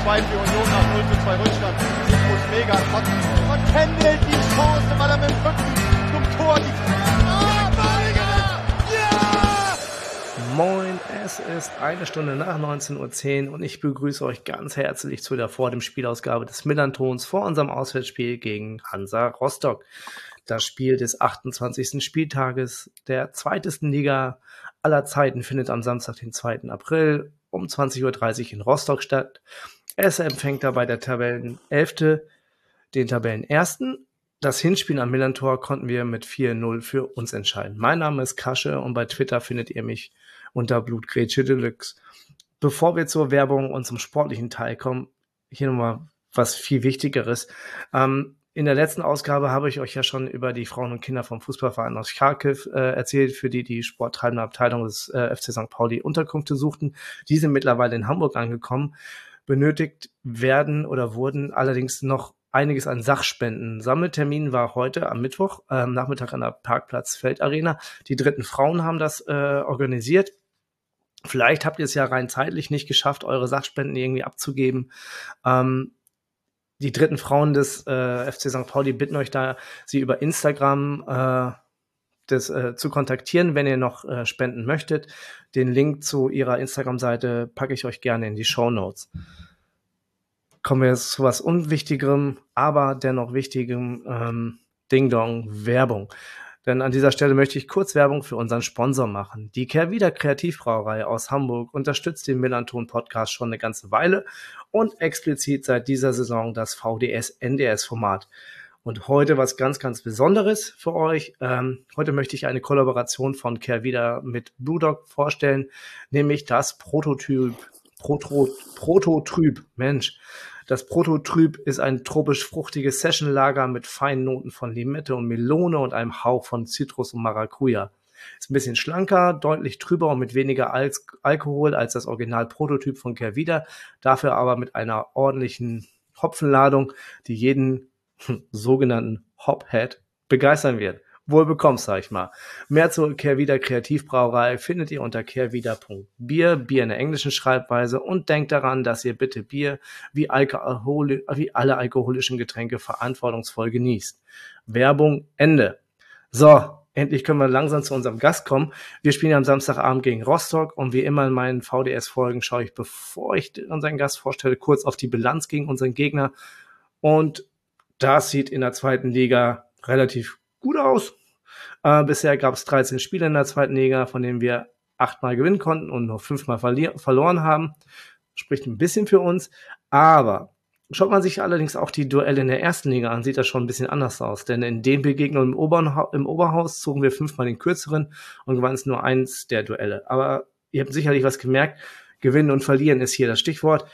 2 für Union nach 0:2 Rückstand. Siegfried Mega trotzdem. Und Kendall die Chance, weil er mit dem Rücken zum Tor die Moin, es ist 1 Stunde nach 19:10 Uhr und ich begrüße euch ganz herzlich zu der vor dem Spielausgabe des Millern-Tons vor unserem Auswärtsspiel gegen Hansa Rostock. Das Spiel des 28. Spieltages der zweitesten Liga aller Zeiten findet am Samstag, den 2. April um 20:30 Uhr in Rostock statt. Es empfängt dabei der Tabellenelfte den Tabellenersten. Das Hinspiel am Millern-Tor konnten wir mit 4:0 für uns entscheiden. Mein Name ist Kasche und bei Twitter findet ihr mich unter Blutgrätsche Deluxe. Bevor wir zur Werbung und zum sportlichen Teil kommen, hier nochmal was viel Wichtigeres. In der letzten Ausgabe habe ich euch ja schon über die Frauen und Kinder vom Fußballverein aus Charkiw erzählt, für die sporttreibende Abteilung des FC St. Pauli Unterkünfte suchten. Die sind mittlerweile in Hamburg angekommen. Benötigt werden oder wurden allerdings noch einiges an Sachspenden. Sammeltermin war heute am Mittwoch, Nachmittag an der Parkplatz-Feld-Arena. Die dritten Frauen haben das organisiert. Vielleicht habt ihr es ja rein zeitlich nicht geschafft, eure Sachspenden irgendwie abzugeben. Die dritten Frauen des FC St. Pauli bitten euch da, sie über Instagram zu kontaktieren, wenn ihr noch spenden möchtet. Den Link zu ihrer Instagram-Seite packe ich euch gerne in die Shownotes. Kommen wir jetzt zu was Unwichtigerem, aber dennoch wichtigem Ding-Dong, Werbung. Denn an dieser Stelle möchte ich kurz Werbung für unseren Sponsor machen. Die Kehrwieder Kreativbrauerei aus Hamburg unterstützt den Millern-Ton-Podcast schon eine ganze Weile und explizit seit dieser Saison das VDS-NDS-Format. Und heute was ganz, ganz Besonderes für euch. Heute möchte ich eine Kollaboration von Kehrwieder mit BrewDog vorstellen, nämlich das Prototyp. Mensch. Das Prototyp ist ein tropisch-fruchtiges Sessionlager mit feinen Noten von Limette und Melone und einem Hauch von Zitrus und Maracuja. Ist ein bisschen schlanker, deutlich trüber und mit weniger Alkohol als das Original-Prototyp von Kehrwieder, dafür aber mit einer ordentlichen Hopfenladung, die jeden sogenannten Hophead begeistern wird. Wohl bekommst, sag ich mal. Mehr zur Kehrwieder Kreativbrauerei findet ihr unter kehrwieder.bier, Bier in der englischen Schreibweise, und denkt daran, dass ihr bitte Bier wie alle alkoholischen Getränke verantwortungsvoll genießt. Werbung Ende. So, endlich können wir langsam zu unserem Gast kommen. Wir spielen am Samstagabend gegen Rostock und wie immer in meinen VDS-Folgen schaue ich, bevor ich unseren Gast vorstelle, kurz auf die Bilanz gegen unseren Gegner, und das sieht in der zweiten Liga relativ gut aus. Bisher gab es 13 Spiele in der zweiten Liga, von denen wir 8-mal gewinnen konnten und nur 5-mal verloren haben. Spricht ein bisschen für uns. Aber schaut man sich allerdings auch die Duelle in der ersten Liga an, sieht das schon ein bisschen anders aus. Denn in den Begegnungen im Oberhaus zogen wir 5-mal den kürzeren und gewannen es nur 1 der Duelle. Aber ihr habt sicherlich was gemerkt. Gewinnen und verlieren ist hier das Stichwort.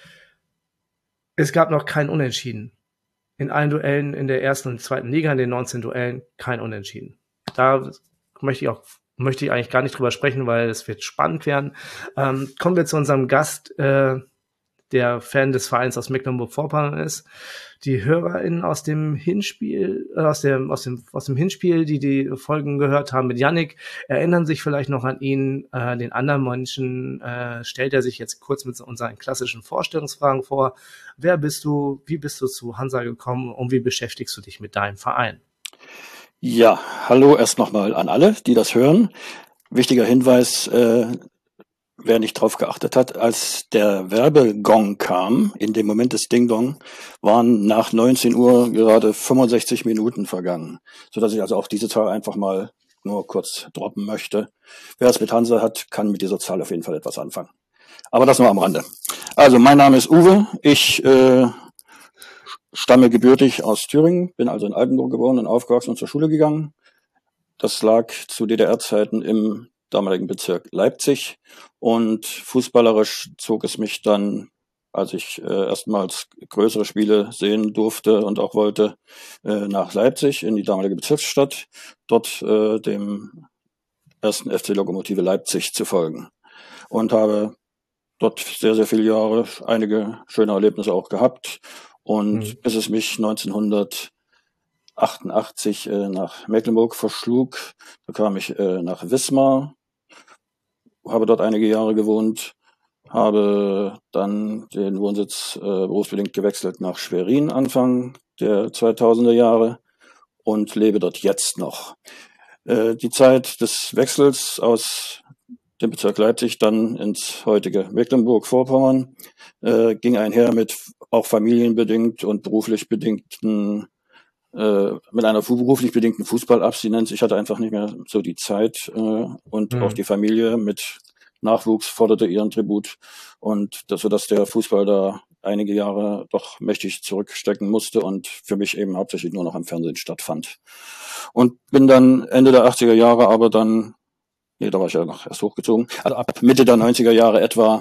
Es gab noch kein Unentschieden. In allen Duellen in der ersten und zweiten Liga, in den 19 Duellen, kein Unentschieden. Da möchte ich eigentlich gar nicht drüber sprechen, weil es wird spannend werden. Kommen wir zu unserem Gast, der Fan des Vereins aus Mecklenburg-Vorpommern ist. Die HörerInnen aus dem Hinspiel, aus dem Hinspiel, die Folgen gehört haben mit Yannick, erinnern sich vielleicht noch an ihn. Den anderen Menschen stellt er sich jetzt kurz mit unseren klassischen Vorstellungsfragen vor. Wer bist du? Wie bist du zu Hansa gekommen? Und wie beschäftigst du dich mit deinem Verein? Ja, hallo erst nochmal an alle, die das hören. Wichtiger Hinweis, wer nicht drauf geachtet hat, als der Werbegong kam, in dem Moment des Ding-Dong, waren nach 19 Uhr gerade 65 Minuten vergangen, sodass ich also auch diese Zahl einfach mal nur kurz droppen möchte. Wer es mit Hansa hat, kann mit dieser Zahl auf jeden Fall etwas anfangen. Aber das nur am Rande. Also mein Name ist Uwe, ich stamme gebürtig aus Thüringen, bin also in Altenburg geboren und aufgewachsen und zur Schule gegangen. Das lag zu DDR-Zeiten im damaligen Bezirk Leipzig, und fußballerisch zog es mich dann, als ich erstmals größere Spiele sehen durfte und auch wollte, nach Leipzig in die damalige Bezirksstadt, dort dem ersten FC Lokomotive Leipzig zu folgen, und habe dort sehr, sehr viele Jahre einige schöne Erlebnisse auch gehabt, und bis es mich 1988 nach Mecklenburg verschlug, da kam ich nach Wismar, habe dort einige Jahre gewohnt habe dann den Wohnsitz berufsbedingt gewechselt nach Schwerin Anfang der 2000er Jahre und lebe dort jetzt noch. Die Zeit des Wechsels aus dem Bezirk Leipzig dann ins heutige Mecklenburg-Vorpommern ging einher mit auch familienbedingt und beruflich bedingten mit einer beruflich bedingten Fußballabstinenz. Ich hatte einfach nicht mehr so die Zeit und auch die Familie mit Nachwuchs forderte ihren Tribut und sodass der Fußball da einige Jahre doch mächtig zurückstecken musste und für mich eben hauptsächlich nur noch am Fernsehen stattfand. Und bin dann Ende der 80er Jahre aber dann, da war ich ja noch erst hochgezogen, also ab Mitte der 90er Jahre etwa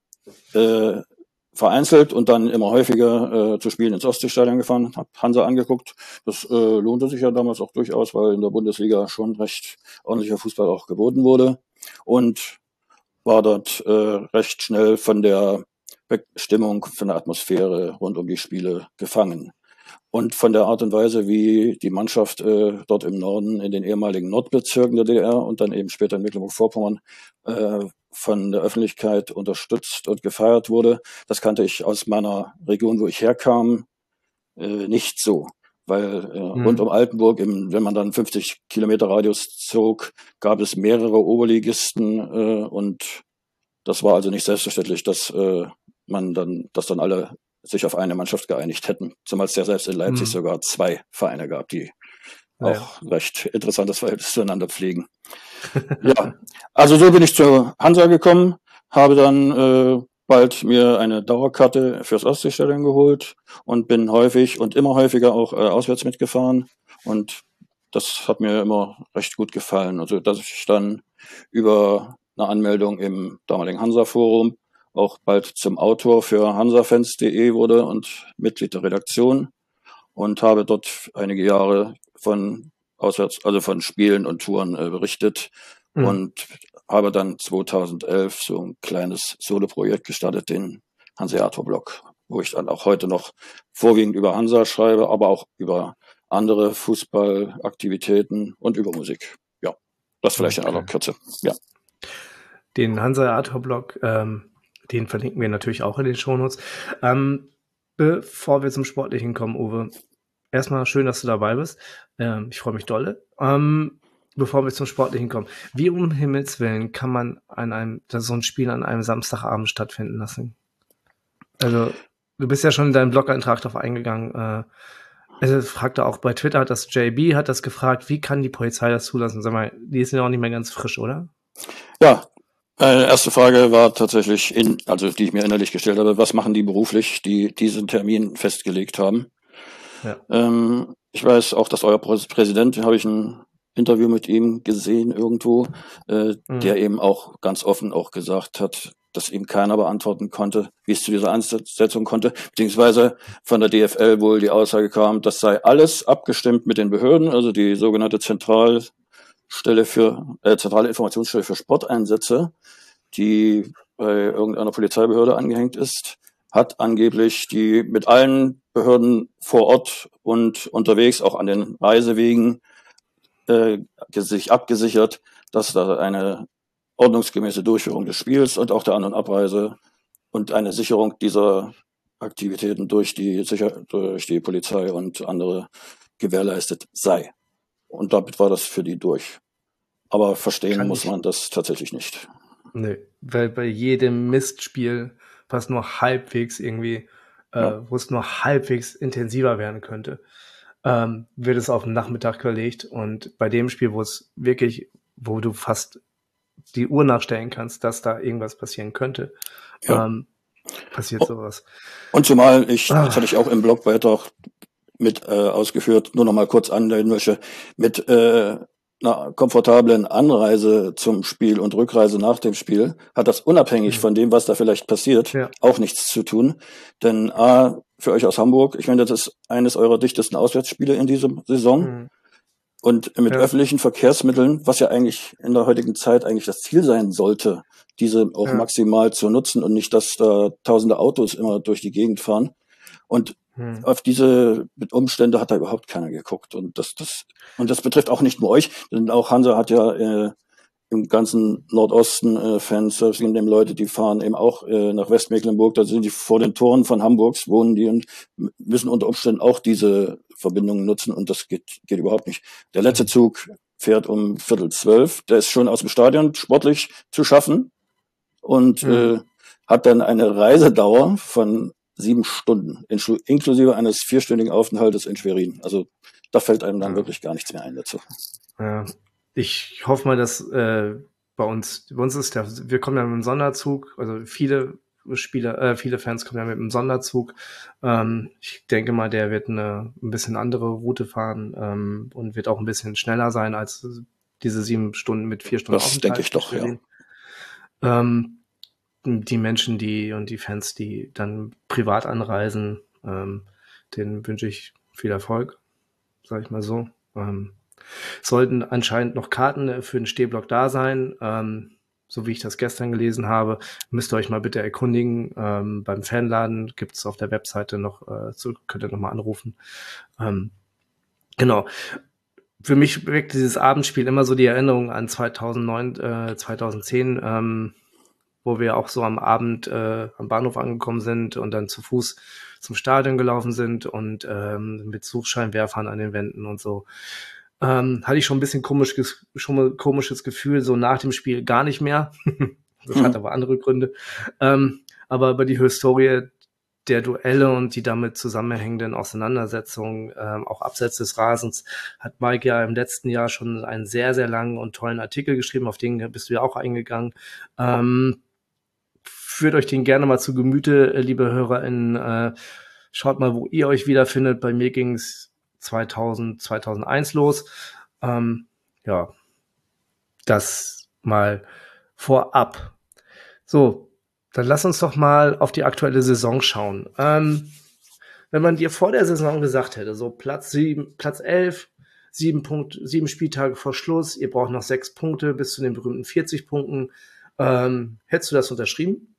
vereinzelt und dann immer häufiger zu Spielen ins Ostseestadion gefahren, habe Hansa angeguckt. Das lohnte sich ja damals auch durchaus, weil in der Bundesliga schon recht ordentlicher Fußball auch geboten wurde und war dort recht schnell von der Stimmung, von der Atmosphäre rund um die Spiele gefangen. Und von der Art und Weise, wie die Mannschaft dort im Norden, in den ehemaligen Nordbezirken der DDR und dann eben später in Mecklenburg-Vorpommern von der Öffentlichkeit unterstützt und gefeiert wurde, das kannte ich aus meiner Region, wo ich herkam, nicht so. Weil rund um Altenburg, wenn man dann 50 Kilometer Radius zog, gab es mehrere Oberligisten und das war also nicht selbstverständlich, dass dann alle sich auf eine Mannschaft geeinigt hätten. Zumal es ja selbst in Leipzig sogar 2 Vereine gab, die auch recht interessantes Verhältnis zueinander pflegen. Ja, also so bin ich zur Hansa gekommen, habe dann bald mir eine Dauerkarte fürs Ostseestadion geholt und bin häufig und immer häufiger auch auswärts mitgefahren und das hat mir immer recht gut gefallen. Also dass ich dann über eine Anmeldung im damaligen Hansa-Forum auch bald zum Autor für hansafans.de wurde und Mitglied der Redaktion und habe dort einige Jahre von Spielen und Touren berichtet und habe dann 2011 so ein kleines Soloprojekt gestartet, den Hanseator-Blog, wo ich dann auch heute noch vorwiegend über Hansa schreibe, aber auch über andere Fußballaktivitäten und über Musik. Ja, das vielleicht in aller Kürze. Ja. Den Hanseator-Blog, den verlinken wir natürlich auch in den Shownotes. Bevor wir zum Sportlichen kommen, Uwe, erstmal schön, dass du dabei bist. Ich freue mich dolle. Bevor wir zum Sportlichen kommen, wie um Himmels Willen kann man so ein Spiel an einem Samstagabend stattfinden lassen? Also, du bist ja schon in deinem Blog-Eintrag darauf eingegangen. Also fragte auch bei Twitter, JB hat das gefragt, wie kann die Polizei das zulassen? Sag mal, die ist ja auch nicht mehr ganz frisch, oder? Ja, erste Frage war tatsächlich, die ich mir innerlich gestellt habe, was machen die beruflich, die diesen Termin festgelegt haben? Ja. Ich weiß auch, dass euer Präsident, habe ich ein Interview mit ihm gesehen irgendwo, der eben auch ganz offen auch gesagt hat, dass ihm keiner beantworten konnte, wie es zu dieser Ansetzung konnte, beziehungsweise von der DFL wohl die Aussage kam, das sei alles abgestimmt mit den Behörden, also die sogenannte zentrale Informationsstelle für Sporteinsätze, die bei irgendeiner Polizeibehörde angehängt ist, hat angeblich die mit allen Behörden vor Ort und unterwegs, auch an den Reisewegen, sich abgesichert, dass da eine ordnungsgemäße Durchführung des Spiels und auch der An- und Abreise und eine Sicherung dieser Aktivitäten durch die Polizei und andere gewährleistet sei. Und damit war das für die durch. Aber verstehen muss man das tatsächlich nicht. Nö, weil bei jedem Mistspiel, was nur halbwegs irgendwie, wo es nur halbwegs intensiver werden könnte, wird es auf den Nachmittag gelegt. Und bei dem Spiel, wo du fast die Uhr nachstellen kannst, dass da irgendwas passieren könnte, passiert sowas. Und zumal das hatte ich auch im Blogbeitrag mit ausgeführt, nur noch mal kurz andeuten möchte, mit einer komfortablen Anreise zum Spiel und Rückreise nach dem Spiel hat das unabhängig von dem, was da vielleicht passiert, auch nichts zu tun. Denn für euch aus Hamburg, ich meine, das ist eines eurer dichtesten Auswärtsspiele in dieser Saison. Und mit öffentlichen Verkehrsmitteln, was ja eigentlich in der heutigen Zeit eigentlich das Ziel sein sollte, diese auch maximal zu nutzen und nicht, dass da tausende Autos immer durch die Gegend fahren. Und auf diese Umstände hat da überhaupt keiner geguckt. Und das betrifft auch nicht nur euch, denn auch Hansa hat ja im ganzen Nordosten Fans, selbst in dem Leute, die fahren eben auch nach Westmecklenburg, da sind die vor den Toren von Hamburgs, wohnen die und müssen unter Umständen auch diese Verbindungen nutzen und das geht überhaupt nicht. Der letzte Zug fährt um 11:45, der ist schon aus dem Stadion sportlich zu schaffen und hat dann eine Reisedauer von 7 Stunden, inklusive eines 4-stündigen Aufenthaltes in Schwerin. Also da fällt einem dann wirklich gar nichts mehr ein dazu. Ja. Ich hoffe mal, dass bei uns ist wir kommen ja mit dem Sonderzug, also viele Fans kommen ja mit dem Sonderzug. Ich denke mal, der wird ein bisschen andere Route fahren und wird auch ein bisschen schneller sein als diese 7 Stunden mit 4 Stunden. Das denke ich doch, ja. Die Menschen, die Fans, die dann privat anreisen, denen wünsche ich viel Erfolg, sag ich mal so. Sollten anscheinend noch Karten für den Stehblock da sein, so wie ich das gestern gelesen habe, müsst ihr euch mal bitte erkundigen. Beim Fanladen gibt es auf der Webseite noch, könnt ihr noch mal anrufen. Genau. Für mich weckt dieses Abendspiel immer so die Erinnerung an 2009, 2010, wo wir auch so am Abend am Bahnhof angekommen sind und dann zu Fuß zum Stadion gelaufen sind und mit Suchscheinwerfern an den Wänden und so. Hatte ich schon ein bisschen komisches Gefühl, so nach dem Spiel gar nicht mehr. Das hat aber andere Gründe. Aber über die Historie der Duelle und die damit zusammenhängenden Auseinandersetzungen, auch abseits des Rasens, hat Mike ja im letzten Jahr schon einen sehr, sehr langen und tollen Artikel geschrieben, auf den bist du ja auch eingegangen. Führt euch den gerne mal zu Gemüte, liebe HörerInnen. Schaut mal, wo ihr euch wiederfindet. Bei mir ging es 2001 los. Ja, das mal vorab. So, dann lass uns doch mal auf die aktuelle Saison schauen. Wenn man dir vor der Saison gesagt hätte, so Platz 11, 7 Spieltage vor Schluss, ihr braucht noch 6 Punkte bis zu den berühmten 40 Punkten, hättest du das unterschrieben?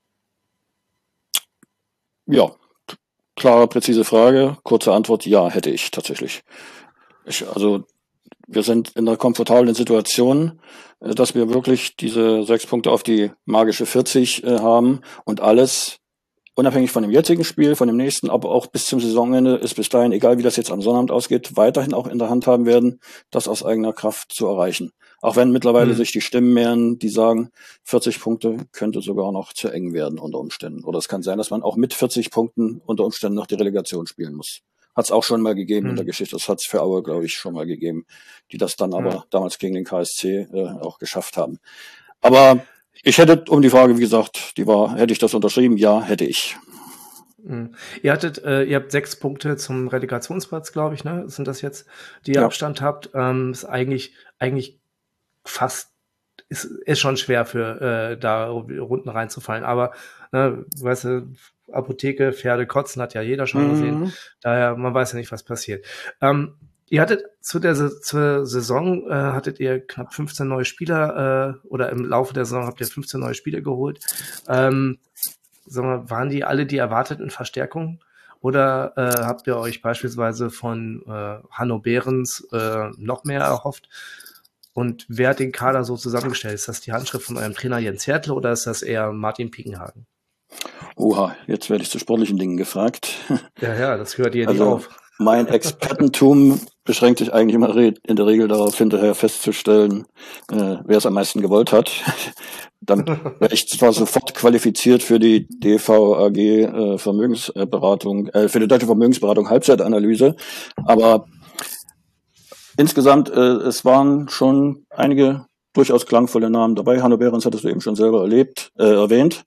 Ja, klare, präzise Frage. Kurze Antwort, ja, hätte ich tatsächlich. Also wir sind in einer komfortablen Situation, dass wir wirklich diese 6 Punkte auf die magische 40 haben und alles, unabhängig von dem jetzigen Spiel, von dem nächsten, aber auch bis zum Saisonende, ist bis dahin, egal wie das jetzt am Sonnabend ausgeht, weiterhin auch in der Hand haben werden, das aus eigener Kraft zu erreichen. Auch wenn mittlerweile sich die Stimmen mehren, die sagen, 40 Punkte könnte sogar noch zu eng werden unter Umständen. Oder es kann sein, dass man auch mit 40 Punkten unter Umständen noch die Relegation spielen muss. Hat es auch schon mal gegeben in der Geschichte. Das hat es für Aue, glaube ich, schon mal gegeben, die das dann aber damals gegen den KSC auch geschafft haben. Aber ich hätte, um die Frage, wie gesagt, hätte ich das unterschrieben? Ja, hätte ich. Ihr habt 6 Punkte zum Relegationsplatz, glaube ich, ne? Sind das jetzt, die ihr Abstand habt? Ist eigentlich fast, ist schon schwer für da Runden reinzufallen. Aber, ne, weißt du, Apotheke, Pferde kotzen, hat ja jeder schon gesehen. Daher, man weiß ja nicht, was passiert. Ihr hattet zur Saison hattet ihr knapp 15 neue Spieler oder im Laufe der Saison habt ihr 15 neue Spieler geholt. Sag mal, waren die alle die erwarteten Verstärkungen? Oder habt ihr euch beispielsweise von Hanno Behrens noch mehr erhofft? Und wer hat den Kader so zusammengestellt? Ist das die Handschrift von eurem Trainer Jens Hertel oder ist das eher Martin Piekenhagen? Oha, jetzt werde ich zu sportlichen Dingen gefragt. Ja, das hört ihr also, nicht auf. Mein Expertentum beschränkt sich eigentlich immer in der Regel darauf, hinterher festzustellen, wer es am meisten gewollt hat. Dann wäre ich zwar sofort qualifiziert für die DVAG Vermögensberatung, für die Deutsche Vermögensberatung Halbzeitanalyse, aber insgesamt, es waren schon einige durchaus klangvolle Namen dabei. Hanno Behrens hattest du eben schon selber erwähnt,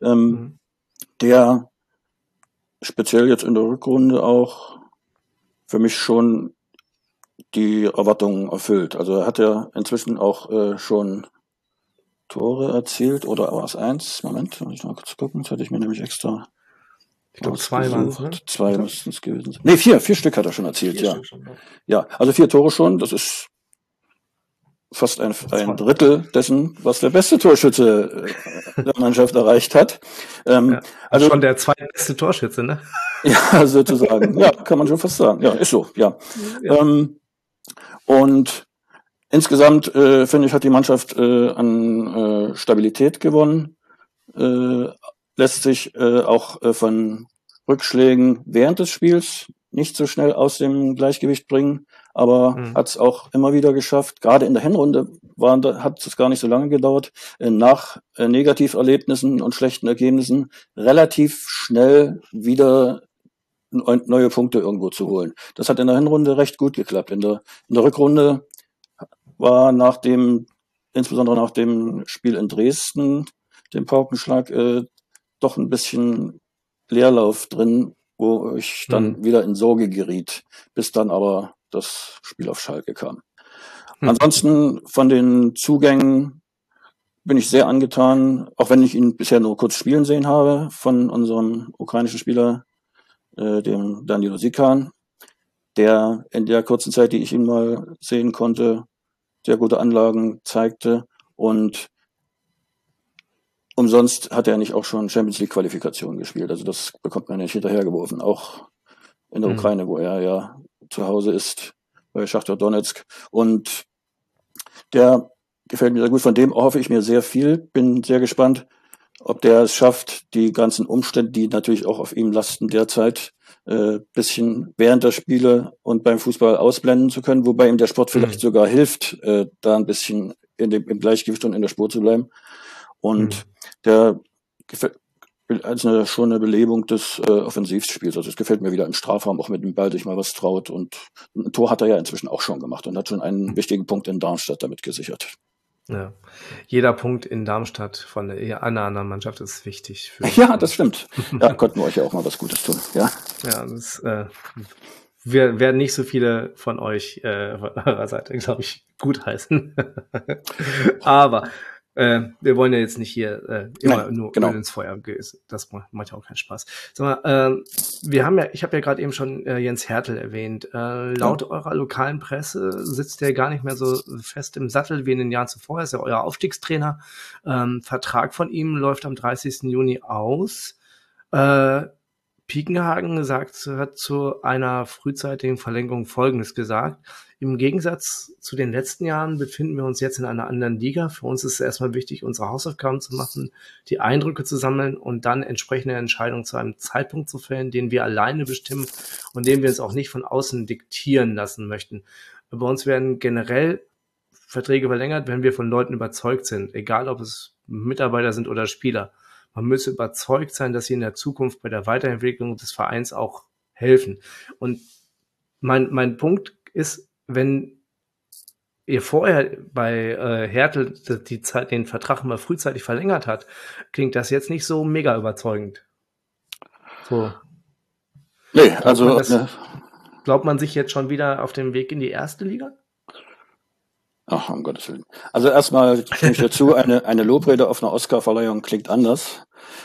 der speziell jetzt in der Rückrunde auch für mich schon die Erwartungen erfüllt. Also er hat ja inzwischen auch schon Tore erzielt, oder war es 1? Moment, muss ich mal kurz gucken. Das hatte ich mir nämlich extra. Ich glaube 2 waren es, ne? 2 müssten es gewesen sein. Nee, 4 Stück hat er schon erzielt, 4 Stück schon, ja, also 4 Tore schon, das ist fast ein Drittel dessen, was der beste Torschütze der Mannschaft erreicht hat. Also schon der zweitbeste Torschütze, ne? Ja, sozusagen. Ja, kann man schon fast sagen. Ja, ist so, ja. Und Insgesamt, finde ich, hat die Mannschaft an Stabilität gewonnen, lässt sich auch von Rückschlägen während des Spiels nicht so schnell aus dem Gleichgewicht bringen, aber hat es auch immer wieder geschafft. Gerade in der Hinrunde hat es gar nicht so lange gedauert, nach Negativerlebnissen und schlechten Ergebnissen relativ schnell wieder neue Punkte irgendwo zu holen. Das hat in der Hinrunde recht gut geklappt. In der Rückrunde war insbesondere nach dem Spiel in Dresden, dem Paukenschlag, doch ein bisschen Leerlauf drin, wo ich dann wieder in Sorge geriet, bis dann aber das Spiel auf Schalke kam. Ansonsten von den Zugängen bin ich sehr angetan, auch wenn ich ihn bisher nur kurz spielen sehen habe, von unserem ukrainischen Spieler, dem Danilo Sikan, der in der kurzen Zeit, die ich ihn mal sehen konnte, sehr gute Anlagen zeigte, und umsonst hat er nicht auch schon Champions League Qualifikation gespielt. Also das bekommt man nicht hinterhergeworfen, auch in der Ukraine, wo er ja zu Hause ist, bei Schachtar Donetsk. Und der gefällt mir sehr gut. Von dem hoffe ich mir sehr viel. Bin sehr gespannt, ob der es schafft, die ganzen Umstände, die natürlich auch auf ihm lasten derzeit, bisschen während der Spiele und beim Fußball ausblenden zu können, wobei ihm der Sport vielleicht sogar hilft, da ein bisschen im Gleichgewicht und in der Spur zu bleiben. Und der gefällt als schon eine Belebung des Offensivspiels. Also es gefällt mir wieder im Strafraum, auch mit dem Ball sich mal was traut. Und ein Tor hat er ja inzwischen auch schon gemacht und hat schon einen wichtigen Punkt in Darmstadt damit gesichert. Ja, jeder Punkt in Darmstadt von einer anderen Mannschaft ist wichtig. Ja, das stimmt. Ja, konnten wir euch ja auch mal was Gutes tun. Ja, das wir werden nicht so viele von euch von eurer Seite, glaube ich, gutheißen. Aber wir wollen ja jetzt nicht hier immer nur Öl ins Feuer gießen. Das macht ja auch keinen Spaß. Sag mal, ich habe ja gerade eben schon Jens Hertel erwähnt. Laut eurer lokalen Presse sitzt der gar nicht mehr so fest im Sattel wie in den Jahren zuvor. Er ist ja euer Aufstiegstrainer. Vertrag von ihm läuft am 30. Juni aus. Piekenhagen hat zu einer frühzeitigen Verlängerung Folgendes gesagt: Im Gegensatz zu den letzten Jahren befinden wir uns jetzt in einer anderen Liga. Für uns ist es erstmal wichtig, unsere Hausaufgaben zu machen, die Eindrücke zu sammeln und dann entsprechende Entscheidungen zu einem Zeitpunkt zu fällen, den wir alleine bestimmen und den wir uns auch nicht von außen diktieren lassen möchten. Bei uns werden generell Verträge verlängert, wenn wir von Leuten überzeugt sind, egal ob es Mitarbeiter sind oder Spieler. Man müsse überzeugt sein, dass sie in der Zukunft bei der Weiterentwicklung des Vereins auch helfen. Und mein Punkt ist, wenn ihr vorher bei Hertel den Vertrag mal frühzeitig verlängert hat, klingt das jetzt nicht so mega überzeugend. So. Nee, also glaubt man sich jetzt schon wieder auf dem Weg in die erste Liga? Ach, um Gottes Willen. Also erstmal stimme ich dazu, eine Lobrede auf einer Oscarverleihung klingt anders.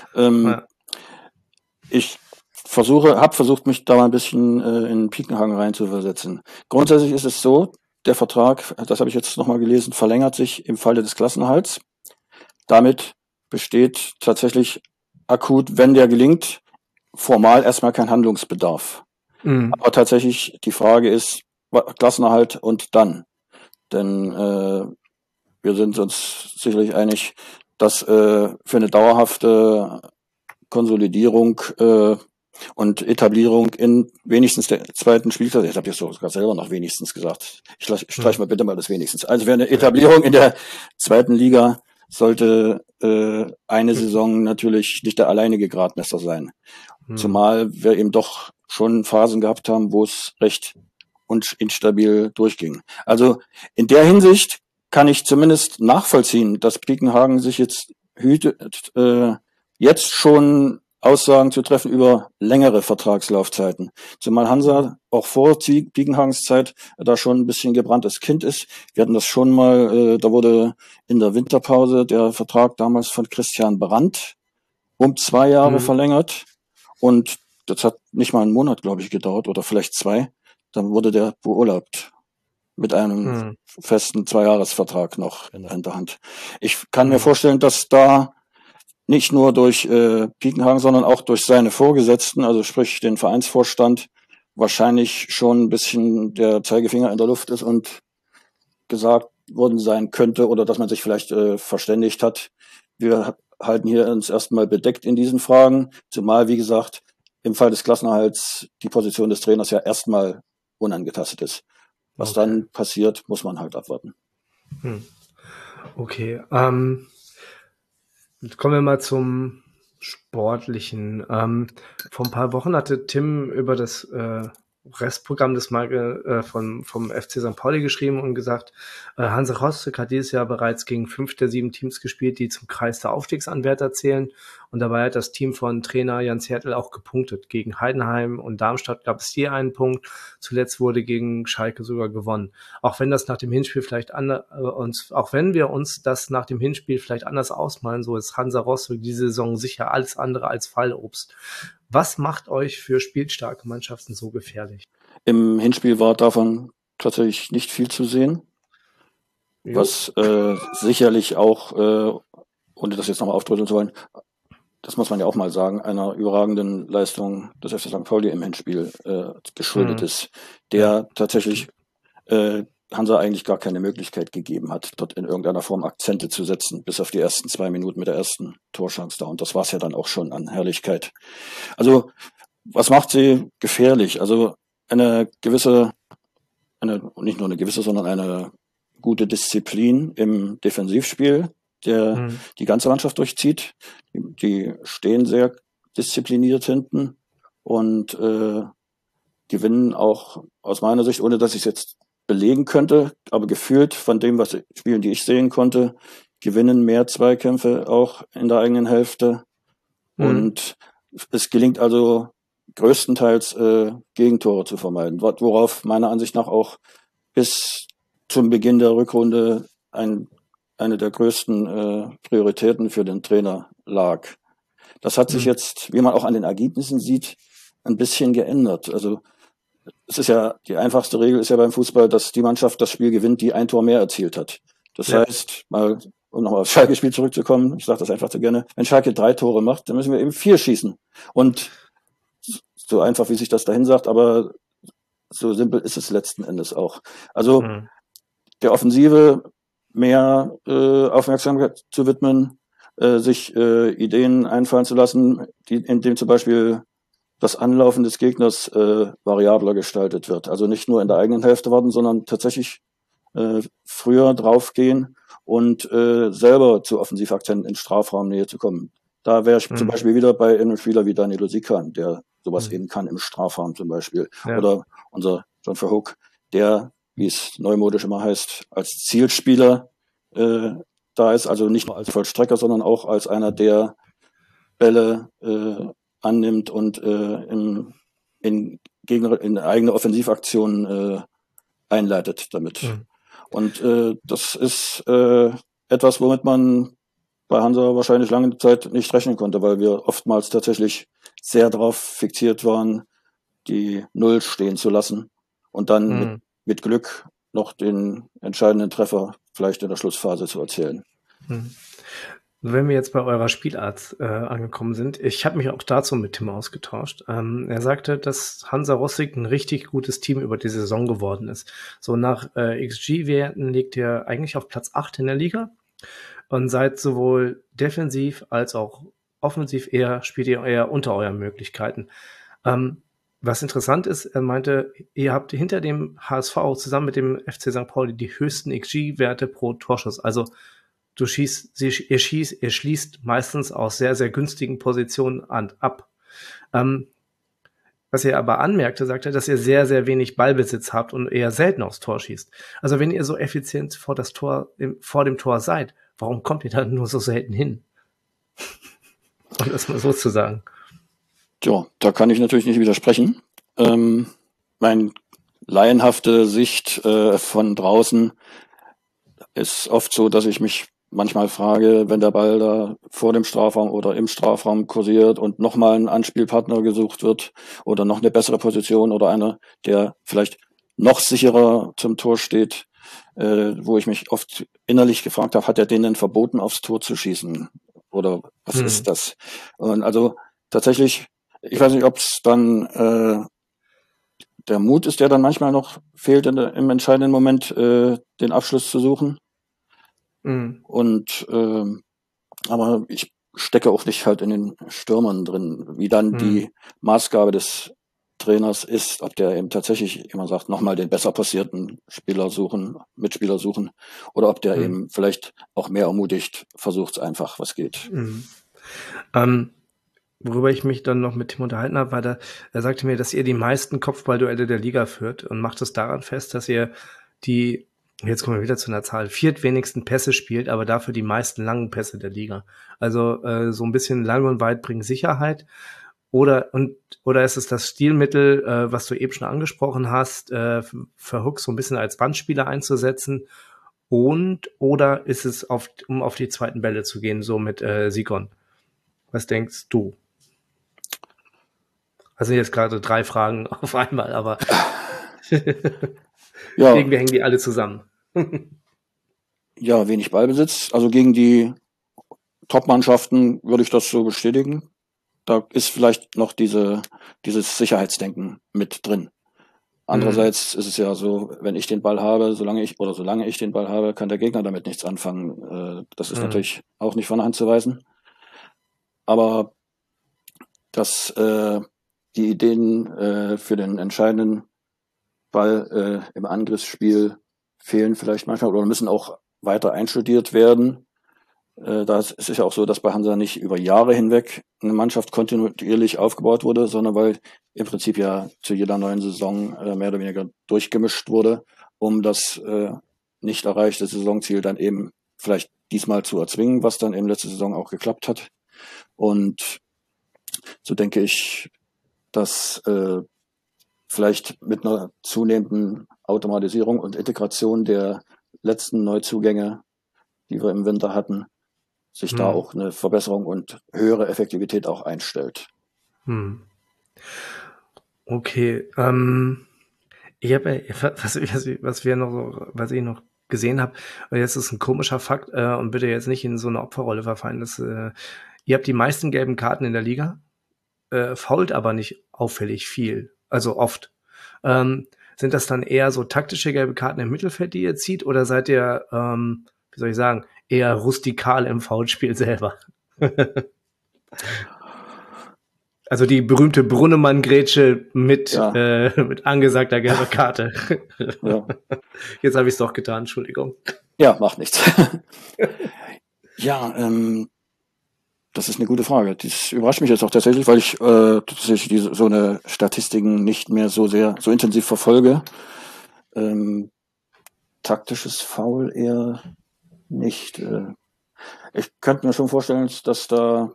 Ich habe versucht, mich da mal ein bisschen in Piekenhagen reinzuversetzen. Grundsätzlich ist es so, der Vertrag, das habe ich jetzt nochmal gelesen, verlängert sich im Falle des Klassenerhalts. Damit besteht tatsächlich akut, wenn der gelingt, formal erstmal kein Handlungsbedarf. Aber tatsächlich die Frage ist, Klassenerhalt und dann. Denn wir sind uns sicherlich einig, dass für eine dauerhafte Konsolidierung und Etablierung in wenigstens der zweiten Spielklasse, ich habe jetzt sogar selber noch wenigstens gesagt, ich streich mal bitte mal das wenigstens. Also für eine Etablierung in der zweiten Liga sollte eine Saison natürlich nicht der alleinige Gradmesser sein. Zumal wir eben doch schon Phasen gehabt haben, wo es recht und instabil durchging. Also in der Hinsicht kann ich zumindest nachvollziehen, dass Piekenhagen sich jetzt hütet, jetzt schon Aussagen zu treffen über längere Vertragslaufzeiten. Zumal Hansa auch vor Piekenhagens Zeit da schon ein bisschen gebranntes Kind ist. Wir hatten das schon mal, da wurde in der Winterpause der Vertrag damals von Christian Brandt um 2 Jahre verlängert. Und das hat nicht mal einen Monat, glaube ich, gedauert oder vielleicht 2. Dann wurde der beurlaubt mit einem festen 2-Jahres-Vertrag noch in der Hinterhand. Ich kann mir vorstellen, dass da nicht nur durch Piekenhagen, sondern auch durch seine Vorgesetzten, also sprich den Vereinsvorstand, wahrscheinlich schon ein bisschen der Zeigefinger in der Luft ist und gesagt worden sein könnte oder dass man sich vielleicht verständigt hat. Wir halten hier uns erstmal bedeckt in diesen Fragen, zumal, wie gesagt, im Fall des Klassenerhalts die Position des Trainers ja erstmal unangetastet ist. Was dann passiert, muss man halt abwarten. Okay, kommen wir mal zum Sportlichen. Vor ein paar Wochen hatte Tim über das Restprogramm des vom FC St. Pauli geschrieben und gesagt, Hansa Rostock hat dieses Jahr bereits gegen 5 der 7 Teams gespielt, die zum Kreis der Aufstiegsanwärter zählen. Und dabei hat das Team von Trainer Jens Hertel auch gepunktet. Gegen Heidenheim und Darmstadt gab es je einen Punkt. Zuletzt wurde gegen Schalke sogar gewonnen. Auch wenn wir uns das nach dem Hinspiel vielleicht anders ausmalen, so ist Hansa Rostock diese Saison sicher alles andere als Fallobst. Was macht euch für spielstarke Mannschaften so gefährlich? Im Hinspiel war davon tatsächlich nicht viel zu sehen, was sicherlich auch, ohne das jetzt nochmal aufdröseln zu wollen, das muss man ja auch mal sagen, einer überragenden Leistung des FC St. Pauli im Hinspiel geschuldet ist, der tatsächlich Hansa eigentlich gar keine Möglichkeit gegeben hat, dort in irgendeiner Form Akzente zu setzen, bis auf die ersten 2 Minuten mit der ersten Torchance da. Und das war es ja dann auch schon an Herrlichkeit. Also, was macht sie gefährlich? Also nicht nur eine gewisse, sondern eine gute Disziplin im Defensivspiel, der die ganze Mannschaft durchzieht. Die stehen sehr diszipliniert hinten und gewinnen auch aus meiner Sicht, ohne dass ich es jetzt belegen könnte, aber gefühlt von dem, was Spielen, die ich sehen konnte, gewinnen mehr Zweikämpfe auch in der eigenen Hälfte. Und es gelingt also größtenteils Gegentore zu vermeiden, worauf meiner Ansicht nach auch bis zum Beginn der Rückrunde eine der größten Prioritäten für den Trainer lag. Das hat sich jetzt, wie man auch an den Ergebnissen sieht, ein bisschen geändert. Also es ist ja, die einfachste Regel ist ja beim Fußball, dass die Mannschaft das Spiel gewinnt, die ein Tor mehr erzielt hat. Das heißt, mal, um nochmal aufs Schalke-Spiel zurückzukommen, ich sage das einfach so gerne, wenn Schalke 3 Tore macht, dann müssen wir eben 4 schießen. Und so einfach, wie sich das dahin sagt, aber so simpel ist es letzten Endes auch. Also der Offensive mehr Aufmerksamkeit zu widmen, sich Ideen einfallen zu lassen, indem zum Beispiel das Anlaufen des Gegners variabler gestaltet wird. Also nicht nur in der eigenen Hälfte warten, sondern tatsächlich früher draufgehen und selber zu Offensivakzenten in Strafraumnähe zu kommen. Da wäre ich zum Beispiel wieder bei einem Spieler wie Danilo Sikan, der sowas eben kann im Strafraum zum Beispiel. Ja. Oder unser John Verhoek, der, wie es neumodisch immer heißt, als Zielspieler da ist, also nicht nur als Vollstrecker, sondern auch als einer, der Bälle annimmt und in eigene Offensivaktionen einleitet damit. Und das ist etwas, womit man bei Hansa wahrscheinlich lange Zeit nicht rechnen konnte, weil wir oftmals tatsächlich sehr darauf fixiert waren, die Null stehen zu lassen und dann mit Glück noch den entscheidenden Treffer vielleicht in der Schlussphase zu erzielen. Wenn wir jetzt bei eurer Spielart angekommen sind, ich habe mich auch dazu mit Tim ausgetauscht. Er sagte, dass Hansa Rostock ein richtig gutes Team über die Saison geworden ist. So nach XG-Werten liegt ihr eigentlich auf Platz 8 in der Liga und seid sowohl defensiv als auch offensiv spielt ihr eher unter euren Möglichkeiten. Was interessant ist, er meinte, ihr habt hinter dem HSV zusammen mit dem FC St. Pauli die höchsten XG-Werte pro Torschuss. Also ihr schließt meistens aus sehr, sehr günstigen Positionen ab. Was er aber anmerkte, sagte er, dass ihr sehr, sehr wenig Ballbesitz habt und eher selten aufs Tor schießt. Also wenn ihr so effizient vor dem Tor seid, warum kommt ihr dann nur so selten hin? Um das mal so zu sagen. Tja, da kann ich natürlich nicht widersprechen. Meine laienhafte Sicht von draußen ist oft so, dass ich mich manchmal frage, wenn der Ball da vor dem Strafraum oder im Strafraum kursiert und nochmal ein Anspielpartner gesucht wird oder noch eine bessere Position oder einer, der vielleicht noch sicherer zum Tor steht, wo ich mich oft innerlich gefragt habe, hat er denen verboten, aufs Tor zu schießen? Oder was ist das? Und also tatsächlich, ich weiß nicht, ob es dann der Mut ist, der dann manchmal noch fehlt im entscheidenden Moment, den Abschluss zu suchen. Und aber ich stecke auch nicht halt in den Stürmern drin, wie dann die Maßgabe des Trainers ist, ob der eben tatsächlich immer sagt, nochmal den besser platzierten Mitspieler suchen, oder ob der eben vielleicht auch mehr ermutigt, versucht es einfach, was geht. Worüber ich mich dann noch mit Tim unterhalten habe, war er sagte mir, dass ihr die meisten Kopfballduelle der Liga führt und macht es daran fest, dass ihr jetzt kommen wir wieder zu einer Zahl, viertwenigsten Pässe spielt, aber dafür die meisten langen Pässe der Liga. Also so ein bisschen lang und weit bringen Sicherheit. Oder ist es das Stilmittel, was du eben schon angesprochen hast, für Hooks so ein bisschen als Bandspieler einzusetzen? Oder ist es, um auf die zweiten Bälle zu gehen, so mit Sigon? Was denkst du? Das sind jetzt gerade 3 Fragen auf einmal, aber irgendwie hängen die alle zusammen. Ja, wenig Ballbesitz. Also gegen die Top-Mannschaften würde ich das so bestätigen. Da ist vielleicht noch dieses Sicherheitsdenken mit drin. Andererseits ist es ja so, wenn ich den Ball habe, solange ich den Ball habe, kann der Gegner damit nichts anfangen. Das ist natürlich auch nicht von der Hand zu weisen. Aber dass die Ideen für den entscheidenden Ball im Angriffsspiel fehlen vielleicht manchmal oder müssen auch weiter einstudiert werden. Da ist es ja auch so, dass bei Hansa nicht über Jahre hinweg eine Mannschaft kontinuierlich aufgebaut wurde, sondern weil im Prinzip ja zu jeder neuen Saison mehr oder weniger durchgemischt wurde, um das nicht erreichte Saisonziel dann eben vielleicht diesmal zu erzwingen, was dann eben letzte Saison auch geklappt hat. Und so denke ich, dass vielleicht mit einer zunehmenden Automatisierung und Integration der letzten Neuzugänge, die wir im Winter hatten, sich da auch eine Verbesserung und höhere Effektivität auch einstellt. Okay, ich habe was ich noch gesehen habe, jetzt ist ein komischer Fakt und bitte jetzt nicht in so eine Opferrolle verfallen, ihr habt die meisten gelben Karten in der Liga, fault aber nicht auffällig viel, also oft. Sind das dann eher so taktische gelbe Karten im Mittelfeld, die ihr zieht, oder seid ihr, wie soll ich sagen, eher rustikal im Foulspiel selber? Also die berühmte Brunnemann-Grätsche mit angesagter gelber Karte. Ja. Jetzt habe ich es doch getan, Entschuldigung. Ja, macht nichts. Ja, das ist eine gute Frage. Das überrascht mich jetzt auch tatsächlich, weil ich tatsächlich so eine Statistiken nicht mehr so intensiv verfolge. Taktisches Foul eher nicht. Ich könnte mir schon vorstellen, dass da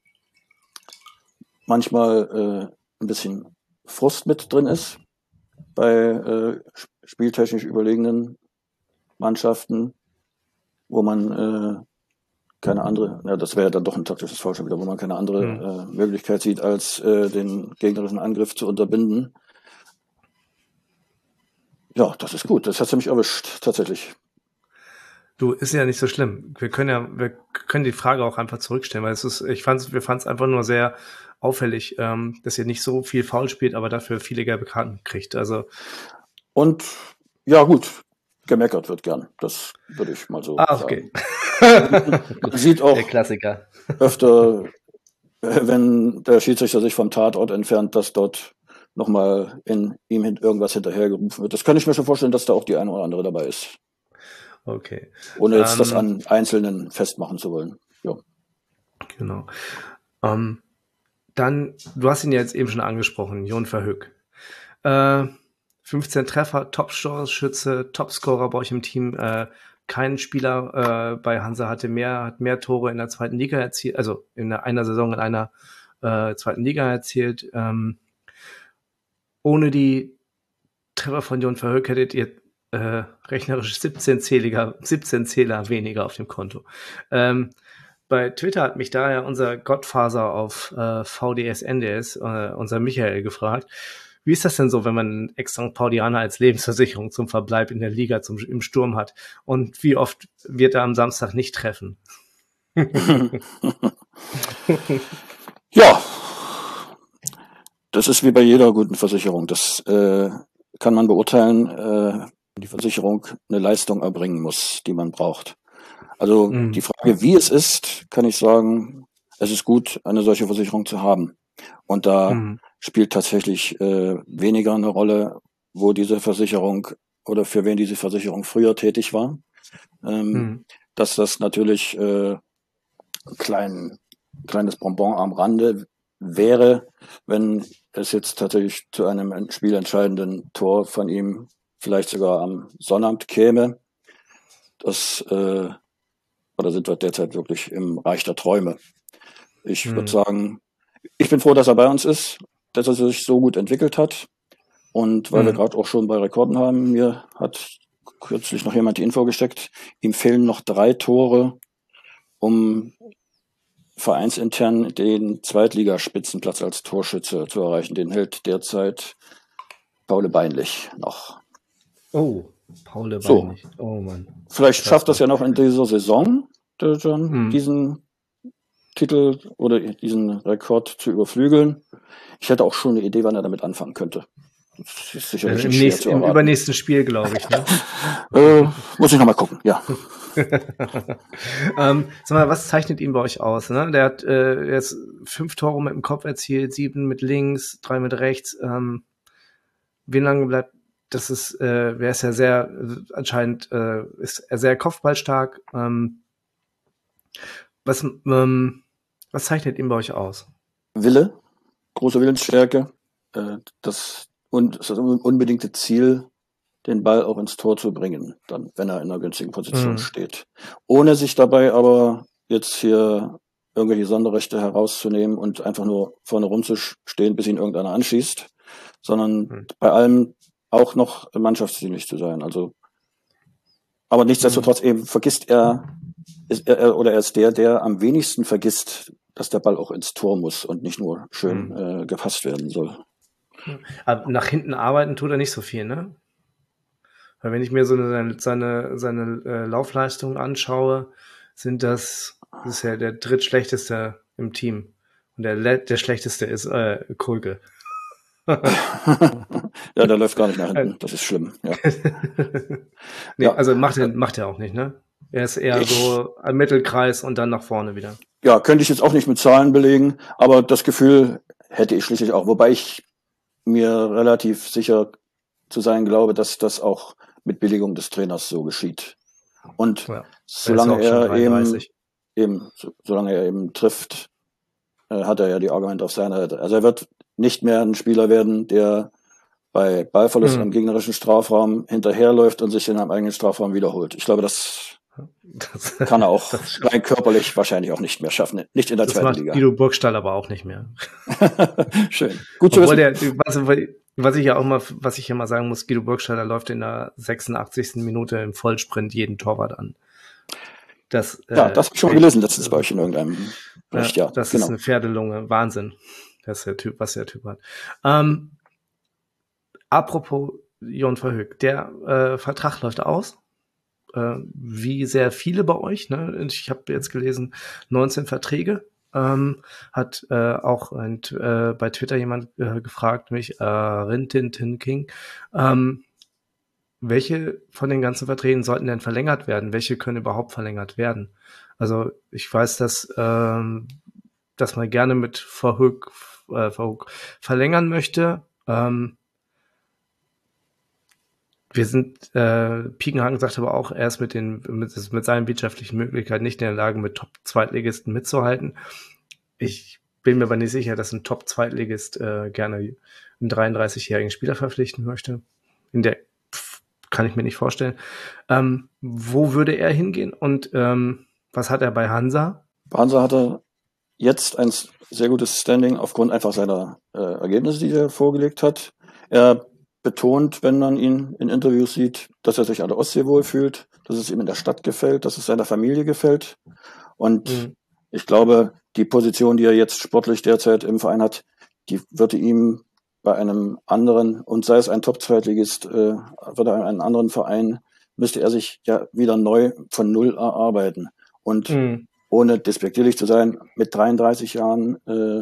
manchmal ein bisschen Frust mit drin ist bei spieltechnisch überlegenen Mannschaften, wo man keine andere, das wäre ja dann doch ein taktisches Foul schon wieder, wo man keine andere Möglichkeit sieht, als den gegnerischen Angriff zu unterbinden. Ja, das ist gut. Das hat mich erwischt, tatsächlich. Du, ist ja nicht so schlimm. Wir können die Frage auch einfach zurückstellen, weil wir fanden es einfach nur sehr auffällig, dass ihr nicht so viel Foul spielt, aber dafür viele gelbe Karten kriegt. Also. Und ja, gut. Gemeckert wird gern. Das würde ich mal so sagen. Okay. Man sieht auch der Klassiker. Öfter, wenn der Schiedsrichter sich vom Tatort entfernt, dass dort nochmal in ihm irgendwas hinterhergerufen wird. Das kann ich mir schon vorstellen, dass da auch die eine oder andere dabei ist. Okay. Ohne jetzt das an Einzelnen festmachen zu wollen. Ja. Genau. Dann, du hast ihn ja jetzt eben schon angesprochen, Jon Verhoek. 15 Treffer, Top-Torschütze, Topscorer bei euch im Team. Kein Spieler bei Hansa hat mehr Tore in der zweiten Liga erzielt, also in einer Saison in einer zweiten Liga erzielt. Ohne die Treffer von Jon Verhoek hättet ihr rechnerisch 17 Zähler weniger auf dem Konto. Bei Twitter hat mich daher unser Gottfaser auf VDS NDS, unser Michael, gefragt, wie ist das denn so, wenn man einen St. Paulianer als Lebensversicherung zum Verbleib in der Liga im Sturm hat? Und wie oft wird er am Samstag nicht treffen? Ja, das ist wie bei jeder guten Versicherung. Das kann man beurteilen, die Versicherung eine Leistung erbringen muss, die man braucht. Also die Frage, wie es ist, kann ich sagen, es ist gut, eine solche Versicherung zu haben. Und da spielt tatsächlich weniger eine Rolle, wo diese Versicherung oder für wen diese Versicherung früher tätig war. Dass das natürlich ein kleines Bonbon am Rande wäre, wenn es jetzt tatsächlich zu einem spielentscheidenden Tor von ihm vielleicht sogar am Sonnabend käme. Oder sind wir derzeit wirklich im Reich der Träume? Ich würde sagen, ich bin froh, dass er bei uns ist, dass er sich so gut entwickelt hat. Und weil wir gerade auch schon bei Rekorden haben, mir hat kürzlich noch jemand die Info gesteckt, ihm fehlen noch 3 Tore, um vereinsintern den Zweitligaspitzenplatz als Torschütze zu erreichen. Den hält derzeit Paul Beinlich noch. Oh, Paul Beinlich. So. Oh Mann. Vielleicht schafft das ja noch in dieser Saison, diesen Titel oder diesen Rekord zu überflügeln. Ich hätte auch schon eine Idee, wann er damit anfangen könnte. Das ist sicherlich im übernächsten Spiel, glaube ich. Ne? Muss ich noch mal gucken, ja. Sag mal, was zeichnet ihn bei euch aus? Ne? Der hat jetzt 5 Tore mit dem Kopf erzielt, 7 mit links, 3 mit rechts. Wie lange bleibt das? Wer ist ja sehr anscheinend ist er sehr kopfballstark. Was zeichnet ihn bei euch aus? Wille, große Willensstärke, das unbedingte Ziel, den Ball auch ins Tor zu bringen, dann, wenn er in einer günstigen Position steht. Ohne sich dabei aber jetzt hier irgendwelche Sonderrechte herauszunehmen und einfach nur vorne rumzustehen, bis ihn irgendeiner anschießt, sondern bei allem auch noch mannschaftsdienlich zu sein. Also, aber nichtsdestotrotz eben er ist der am wenigsten vergisst, dass der Ball auch ins Tor muss und nicht nur schön gepasst werden soll. Aber nach hinten arbeiten tut er nicht so viel, ne? Weil wenn ich mir so seine Laufleistungen anschaue, das ist ja der drittschlechteste im Team. Und der schlechteste ist Kulke. Ja, der läuft gar nicht nach hinten. Das ist schlimm. Ja. Nee, ja. Also macht er auch nicht, ne? Er ist eher so am Mittelkreis und dann nach vorne wieder. Ja, könnte ich jetzt auch nicht mit Zahlen belegen, aber das Gefühl hätte ich schließlich auch. Wobei ich mir relativ sicher zu sein glaube, dass das auch mit Billigung des Trainers so geschieht. Und solange er eben trifft, hat er ja die Argumente auf seiner Seite. Also er wird nicht mehr ein Spieler werden, der bei Ballverlust im gegnerischen Strafraum hinterherläuft und sich in einem eigenen Strafraum wiederholt. Ich glaube, das kann er auch rein körperlich wahrscheinlich auch nicht mehr schaffen. Nicht in der zweiten Liga. Guido Burgstall aber auch nicht mehr. Schön. Gut zu wissen. Was ich ja mal sagen muss, Guido Burgstaller läuft in der 86. Minute im Vollsprint jeden Torwart an. Das habe ich schon gelesen letztens bei euch in irgendeinem Bericht. Ja, das ist eine Pferdelunge. Wahnsinn. Das ist der Typ, was der Typ hat. Apropos Jon Verhoek, der Vertrag läuft aus. Wie sehr viele bei euch, ne? Ich habe jetzt gelesen, 19 Verträge. Hat auch bei Twitter jemand gefragt, mich, Rintintin King, welche von den ganzen Verträgen sollten denn verlängert werden? Welche können überhaupt verlängert werden? Also ich weiß, dass man gerne mit Verhoek verlängern möchte. Piekenhagen sagt aber auch, er ist mit seinen wirtschaftlichen Möglichkeiten nicht in der Lage, mit Top-Zweitligisten mitzuhalten. Ich bin mir aber nicht sicher, dass ein Top-Zweitligist gerne einen 33-jährigen Spieler verpflichten möchte. Kann ich mir nicht vorstellen. Wo würde er hingehen und was hat er bei Hansa? Bei Hansa hat er jetzt ein sehr gutes Standing aufgrund einfach seiner Ergebnisse, die er vorgelegt hat. Er betont, wenn man ihn in Interviews sieht, dass er sich an der Ostsee wohlfühlt, dass es ihm in der Stadt gefällt, dass es seiner Familie gefällt. Und ich glaube, die Position, die er jetzt sportlich derzeit im Verein hat, die würde ihm bei einem anderen, und sei es ein Top-Zweitligist, würde einen anderen Verein, müsste er sich ja wieder neu von Null erarbeiten. Und ohne despektierlich zu sein, mit 33 Jahren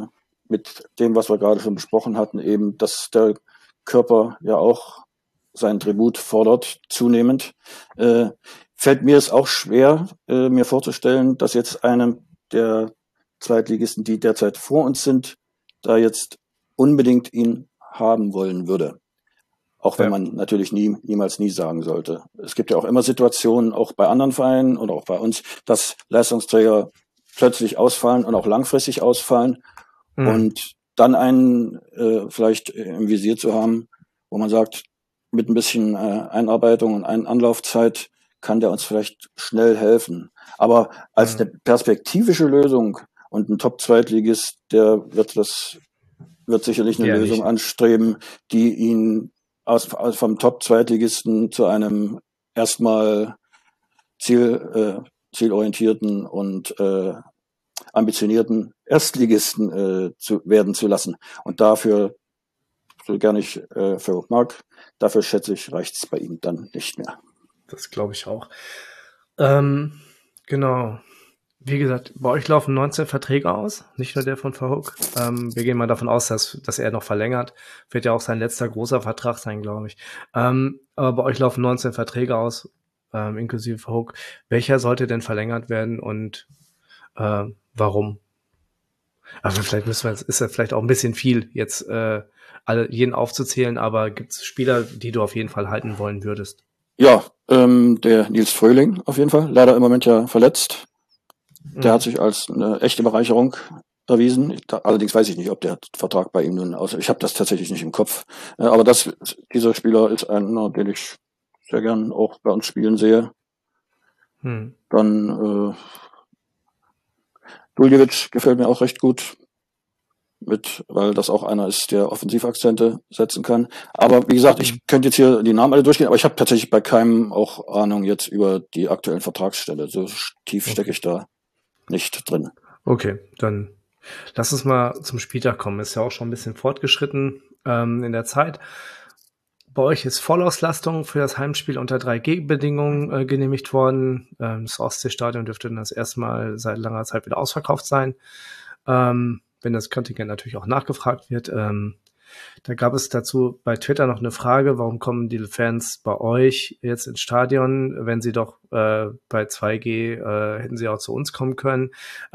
mit dem, was wir gerade schon besprochen hatten, eben, dass der Körper ja auch sein Tribut fordert, zunehmend, fällt mir es auch schwer, mir vorzustellen, dass jetzt einem der Zweitligisten, die derzeit vor uns sind, da jetzt unbedingt ihn haben wollen würde. Auch wenn man natürlich niemals nie sagen sollte. Es gibt ja auch immer Situationen, auch bei anderen Vereinen oder auch bei uns, dass Leistungsträger plötzlich ausfallen und auch langfristig ausfallen und dann einen vielleicht im Visier zu haben, wo man sagt, mit ein bisschen Einarbeitung und Anlaufzeit kann der uns vielleicht schnell helfen. Aber als eine perspektivische Lösung und ein Top-Zweitligist, der wird sicherlich eine Lösung anstreben, die ihn vom Top-Zweitligisten zu einem erstmal zielorientierten und ambitionierten Erstligisten werden zu lassen. Und dafür, so gerne ich für mag, dafür schätze ich, reicht es bei ihm dann nicht mehr. Das glaube ich auch. Genau. Wie gesagt, bei euch laufen 19 Verträge aus, nicht nur der von Verhoek. Wir gehen mal davon aus, dass er noch verlängert. Wird ja auch sein letzter großer Vertrag sein, glaube ich. Aber bei euch laufen 19 Verträge aus, inklusive Verhoek. Welcher sollte denn verlängert werden und warum? Also vielleicht ist ja vielleicht auch ein bisschen viel, jetzt jeden aufzuzählen, aber gibt es Spieler, die du auf jeden Fall halten wollen würdest? Ja, der Nils Fröhling auf jeden Fall, leider im Moment ja verletzt. Der hat sich als eine echte Bereicherung erwiesen. Allerdings weiß ich nicht, ob der Vertrag bei ihm nun ich habe das tatsächlich nicht im Kopf. Aber dieser Spieler ist einer, den ich sehr gern auch bei uns spielen sehe. Dann Duljevic gefällt mir auch recht gut, weil das auch einer ist, der Offensivakzente setzen kann. Aber wie gesagt, ich könnte jetzt hier die Namen alle durchgehen, aber ich habe tatsächlich bei keinem auch Ahnung jetzt über die aktuellen Vertragsstelle. So tief stecke ich da nicht drin. Okay, dann lass uns mal zum Spieltag kommen. Ist ja auch schon ein bisschen fortgeschritten in der Zeit. Bei euch ist Vollauslastung für das Heimspiel unter 3G-Bedingungen genehmigt worden. Das Ostseestadion dürfte dann das erste Mal seit langer Zeit wieder ausverkauft sein. Wenn das Kontingent natürlich auch nachgefragt wird. Da gab es dazu bei Twitter noch eine Frage, warum kommen die Fans bei euch jetzt ins Stadion, wenn sie doch bei 2G hätten sie auch zu uns kommen können.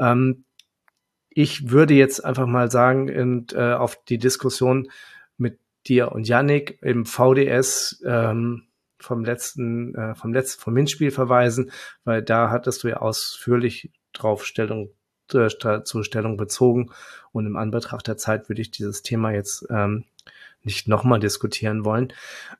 Ich würde jetzt einfach mal sagen, auf die Diskussion mit dir und Yannick im VDS vom Hinspiel verweisen, weil da hattest du ja ausführlich drauf Stellung bezogen und im Anbetracht der Zeit würde ich dieses Thema jetzt nicht nochmal diskutieren wollen.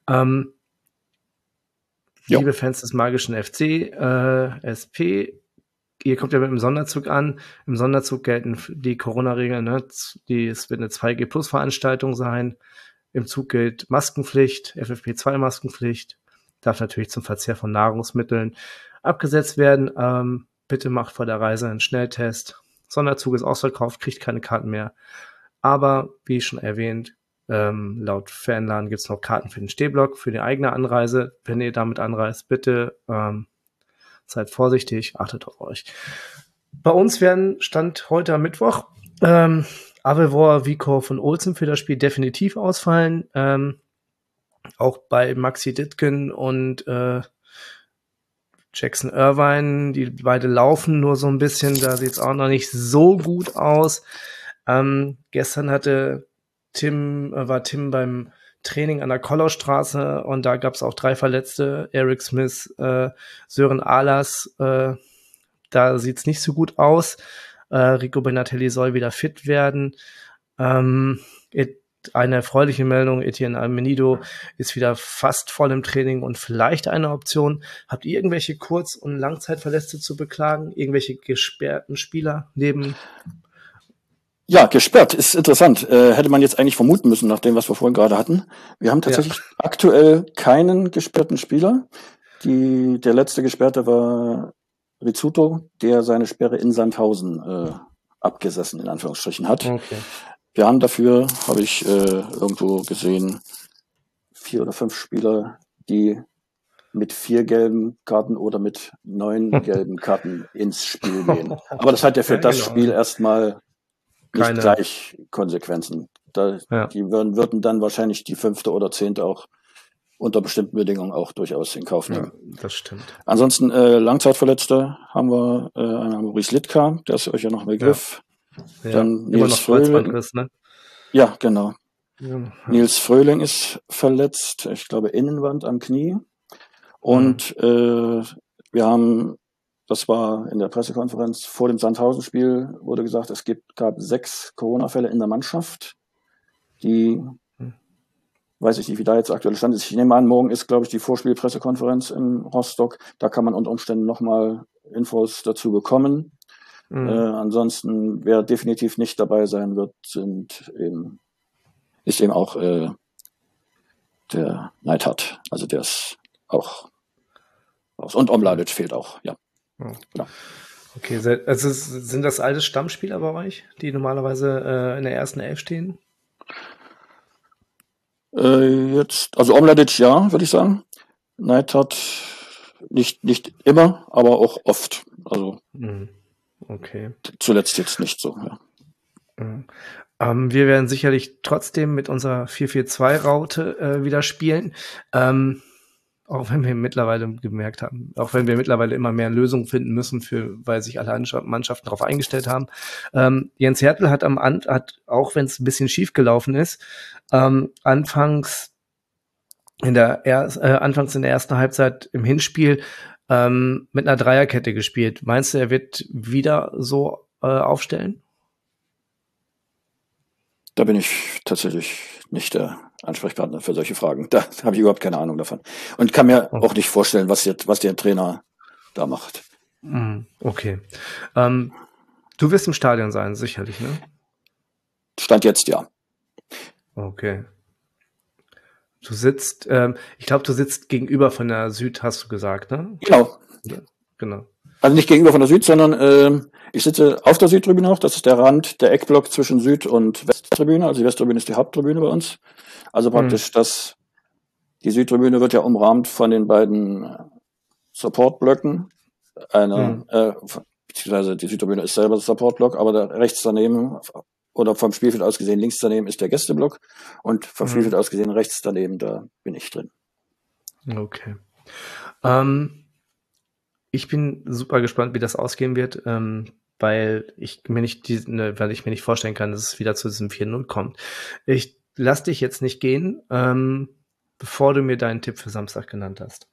Liebe Fans des magischen FC, SP, ihr kommt ja mit dem Sonderzug an. Im Sonderzug gelten die Corona-Regeln, ne? Es wird eine 2G-Plus-Veranstaltung sein. Im Zug gilt Maskenpflicht, FFP2-Maskenpflicht. Darf natürlich zum Verzehr von Nahrungsmitteln abgesetzt werden. Bitte macht vor der Reise einen Schnelltest. Sonderzug ist ausverkauft, kriegt keine Karten mehr. Aber, wie schon erwähnt, laut Fanladen gibt es noch Karten für den Stehblock, für die eigene Anreise. Wenn ihr damit anreist, bitte seid vorsichtig, achtet auf euch. Bei uns werden Stand heute am Mittwoch Avevor, Wiekorf und Olsen für das Spiel definitiv ausfallen. Auch bei Maxi Dittgen und Jackson Irvine, die beide laufen nur so ein bisschen, da sieht es auch noch nicht so gut aus. Gestern war Tim beim Training an der Kollerstraße und da gab es auch 3 Verletzte, Eric Smith, Sören Ahlers, da sieht es nicht so gut aus. Rico Benatelli soll wieder fit werden. Eine erfreuliche Meldung, Etienne Almenido ist wieder fast voll im Training und vielleicht eine Option. Habt ihr irgendwelche Kurz- und Langzeitverletzte zu beklagen? Irgendwelche gesperrten Spieler neben? Ja, gesperrt ist interessant. Hätte man jetzt eigentlich vermuten müssen, nach dem, was wir vorhin gerade hatten. Wir haben tatsächlich aktuell keinen gesperrten Spieler. Der letzte Gesperrte war Rizzuto, der seine Sperre in Sandhausen abgesessen, in Anführungsstrichen, hat. Okay. Wir haben dafür, habe ich irgendwo gesehen, 4 oder 5 Spieler, die mit 4 gelben Karten oder mit 9 gelben Karten ins Spiel gehen. Aber das hat ja für das Spiel erstmal nicht gleich Konsequenzen. Die würden dann wahrscheinlich die 5. oder 10. auch unter bestimmten Bedingungen auch durchaus in Kauf nehmen. Ja, das stimmt. Ansonsten Langzeitverletzte haben wir Maurice Litka, der ist euch ja noch ein Begriff. Ja. Dann Immer noch Kreuzbandriss, ne? Ja, genau. Ja. Nils Fröhling ist verletzt, ich glaube Innenwand am Knie. Und wir haben, das war in der Pressekonferenz vor dem Sandhausen-Spiel, wurde gesagt, es gab 6 Corona-Fälle in der Mannschaft, die, weiß ich nicht, wie da jetzt der aktuelle Stand ist. Ich nehme an, morgen ist, glaube ich, die Vorspielpressekonferenz in Rostock. Da kann man unter Umständen nochmal Infos dazu bekommen. Ansonsten, wer definitiv nicht dabei sein wird, ist eben auch der Neidhardt. Also der ist auch raus. Und Omladic fehlt auch, ja. Genau. Okay, also sind das alles Stammspieler bei euch, die normalerweise in der ersten 11 stehen? Also Omladic ja, würde ich sagen. Neidhardt nicht immer, aber auch oft. Also okay. Zuletzt jetzt nicht so, ja. Wir werden sicherlich trotzdem mit unserer 4-4-2-Raute wieder spielen. Auch wenn wir mittlerweile gemerkt haben, auch wenn wir mittlerweile immer mehr Lösungen finden müssen, weil sich alle Mannschaften darauf eingestellt haben. Jens Hertel hat auch wenn es ein bisschen schief gelaufen ist, anfangs in der ersten Halbzeit im Hinspiel mit einer Dreierkette gespielt. Meinst du, er wird wieder so aufstellen? Da bin ich tatsächlich nicht der Ansprechpartner für solche Fragen. Da habe ich überhaupt keine Ahnung davon. Und kann mir auch nicht vorstellen, was der Trainer da macht. Okay. Du wirst im Stadion sein, sicherlich, ne? Stand jetzt, ja. Okay. Du sitzt, ich glaube, du sitzt gegenüber von der Süd, hast du gesagt, ne? Genau. Ja, genau. Also nicht gegenüber von der Süd, sondern ich sitze auf der Südtribüne auch. Das ist der Rand, der Eckblock zwischen Süd- und Westtribüne. Also die Westtribüne ist die Haupttribüne bei uns. Also praktisch die Südtribüne wird ja umrahmt von den beiden Supportblöcken. Beziehungsweise die Südtribüne ist selber der Supportblock, aber rechts daneben oder vom Spielfeld aus gesehen links daneben ist der Gästeblock und vom Spielfeld aus gesehen rechts daneben, da bin ich drin. Okay. Ich bin super gespannt, wie das ausgehen wird, weil ich mir nicht vorstellen kann, dass es wieder zu diesem 4-0 kommt. Ich lass dich jetzt nicht gehen, bevor du mir deinen Tipp für Samstag genannt hast.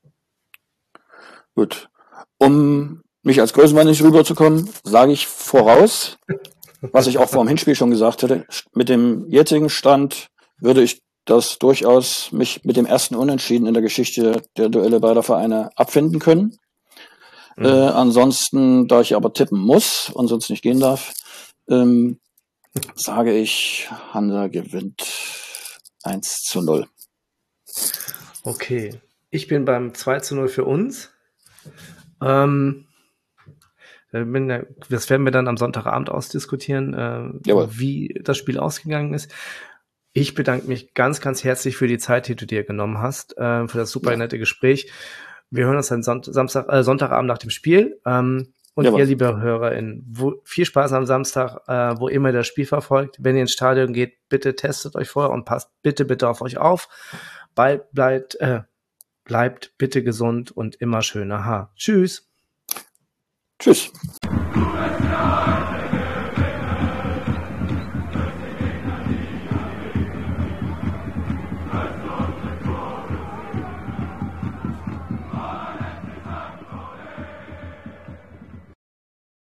Gut. Um mich als Größenwahn nicht rüberzukommen, sage ich voraus, was ich auch vor dem Hinspiel schon gesagt hätte, mit dem jetzigen Stand würde ich das durchaus mich mit dem ersten Unentschieden in der Geschichte der Duelle beider Vereine abfinden können. Ansonsten, da ich aber tippen muss und sonst nicht gehen darf, sage ich, Hansa gewinnt 1-0. Okay, ich bin beim 2-0 für uns. Das werden wir dann am Sonntagabend ausdiskutieren, wie das Spiel ausgegangen ist. Ich bedanke mich ganz, ganz herzlich für die Zeit, die du dir genommen hast, für das super nette Gespräch. Wir hören uns dann Sonntagabend nach dem Spiel. Und ihr, liebe HörerInnen, viel Spaß am Samstag, wo immer ihr das Spiel verfolgt. Wenn ihr ins Stadion geht, bitte testet euch vorher und passt bitte auf euch auf. Bleibt bitte gesund und immer schöner Haar. Tschüss. Tschüss.